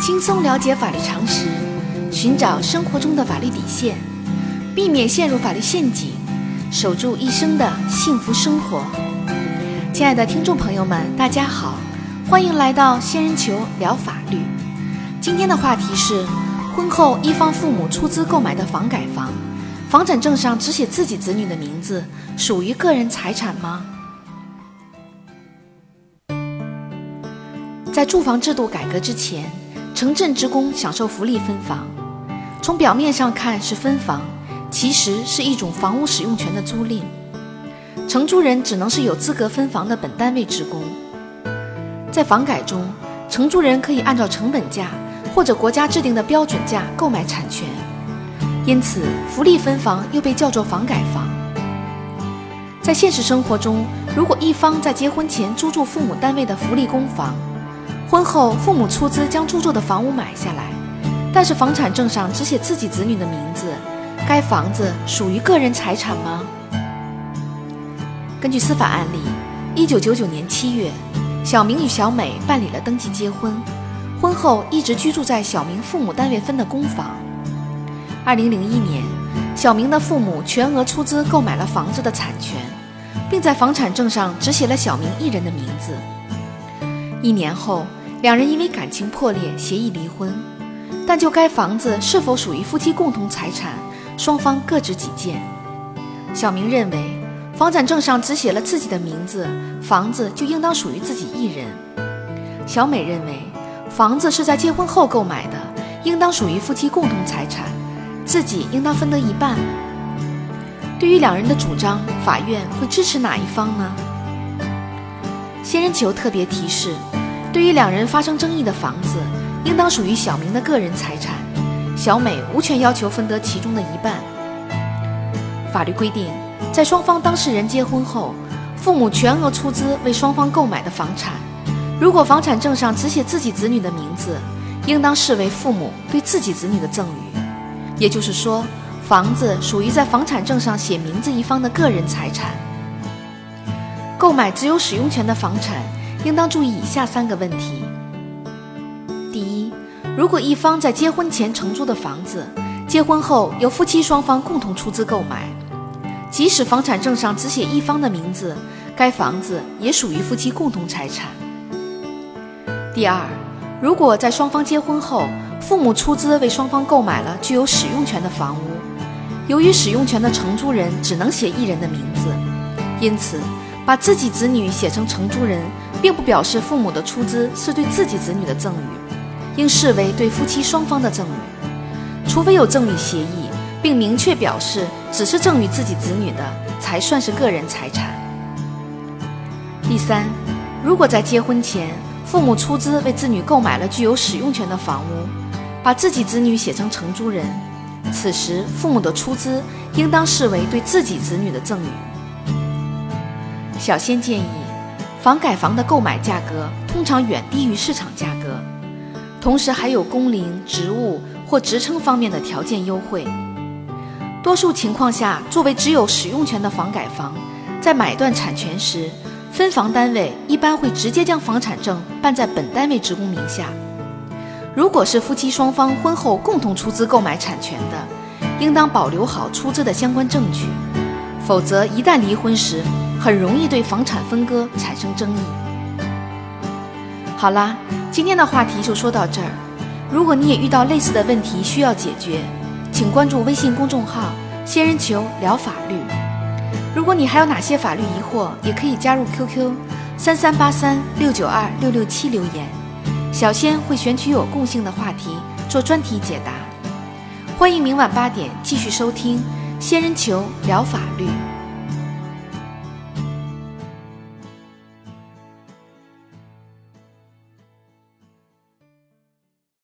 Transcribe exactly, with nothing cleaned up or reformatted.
轻松了解法律常识，寻找生活中的法律底线，避免陷入法律陷阱，守住一生的幸福生活。亲爱的听众朋友们，大家好，欢迎来到仙人球聊法律。今天的话题是：婚后一方父母出资购买的房改房，房产证上只写自己子女的名字，属于个人财产吗？在住房制度改革之前，城镇职工享受福利分房，从表面上看是分房，其实是一种房屋使用权的租赁。承租人只能是有资格分房的本单位职工。在房改中，承租人可以按照成本价或者国家制定的标准价购买产权，因此福利分房又被叫做房改房。在现实生活中，如果一方在结婚前租住父母单位的福利公房，婚后父母出资将租住的房屋买下来，但是房产证上只写自己子女的名字，该房子属于个人财产吗？根据司法案例，一九九九年七月，小明与小美办理了登记结婚，婚后一直居住在小明父母单位分的公房。二零零一年，小明的父母全额出资购买了房子的产权，并在房产证上只写了小明一人的名字。一年后，两人因为感情破裂协议离婚，但就该房子是否属于夫妻共同财产，双方各执己见。小明认为房产证上只写了自己的名字，房子就应当属于自己一人。小美认为房子是在结婚后购买的，应当属于夫妻共同财产，自己应当分得一半。对于两人的主张，法院会支持哪一方呢？仙人球特别提示，对于两人发生争议的房子，应当属于小明的个人财产，小美无权要求分得其中的一半。法律规定，在双方当事人结婚后，父母全额出资为双方购买的房产，如果房产证上只写自己子女的名字，应当视为父母对自己子女的赠与。也就是说，房子属于在房产证上写名字一方的个人财产。购买只有使用权的房产，应当注意以下三个问题。第一，如果一方在结婚前承租的房子，结婚后由夫妻双方共同出资购买，即使房产证上只写一方的名字，该房子也属于夫妻共同财产。第二，如果在双方结婚后，父母出资为双方购买了具有使用权的房屋，由于使用权的承租人只能写一人的名字，因此把自己子女写成承租人，并不表示父母的出资是对自己子女的赠与，应视为对夫妻双方的赠与。除非有赠与协议，并明确表示只是赠与自己子女的，才算是个人财产。第三，如果在结婚前，父母出资为子女购买了具有使用权的房屋，把自己子女写成承租人，此时父母的出资应当视为对自己子女的赠与。小仙建议，房改房的购买价格通常远低于市场价格，同时还有工龄、职务或职称方面的条件优惠。多数情况下，作为只有使用权的房改房，在买断产权时，分房单位一般会直接将房产证办在本单位职工名下。如果是夫妻双方婚后共同出资购买产权的，应当保留好出资的相关证据，否则一旦离婚时，很容易对房产分割产生争议。好啦，今天的话题就说到这儿。如果你也遇到类似的问题需要解决，请关注微信公众号仙人球聊法律。如果你还有哪些法律疑惑，也可以加入 Q Q 三三八三六九二六六七留言，小仙会选取有共性的话题做专题解答。欢迎明晚八点继续收听仙人球聊法律。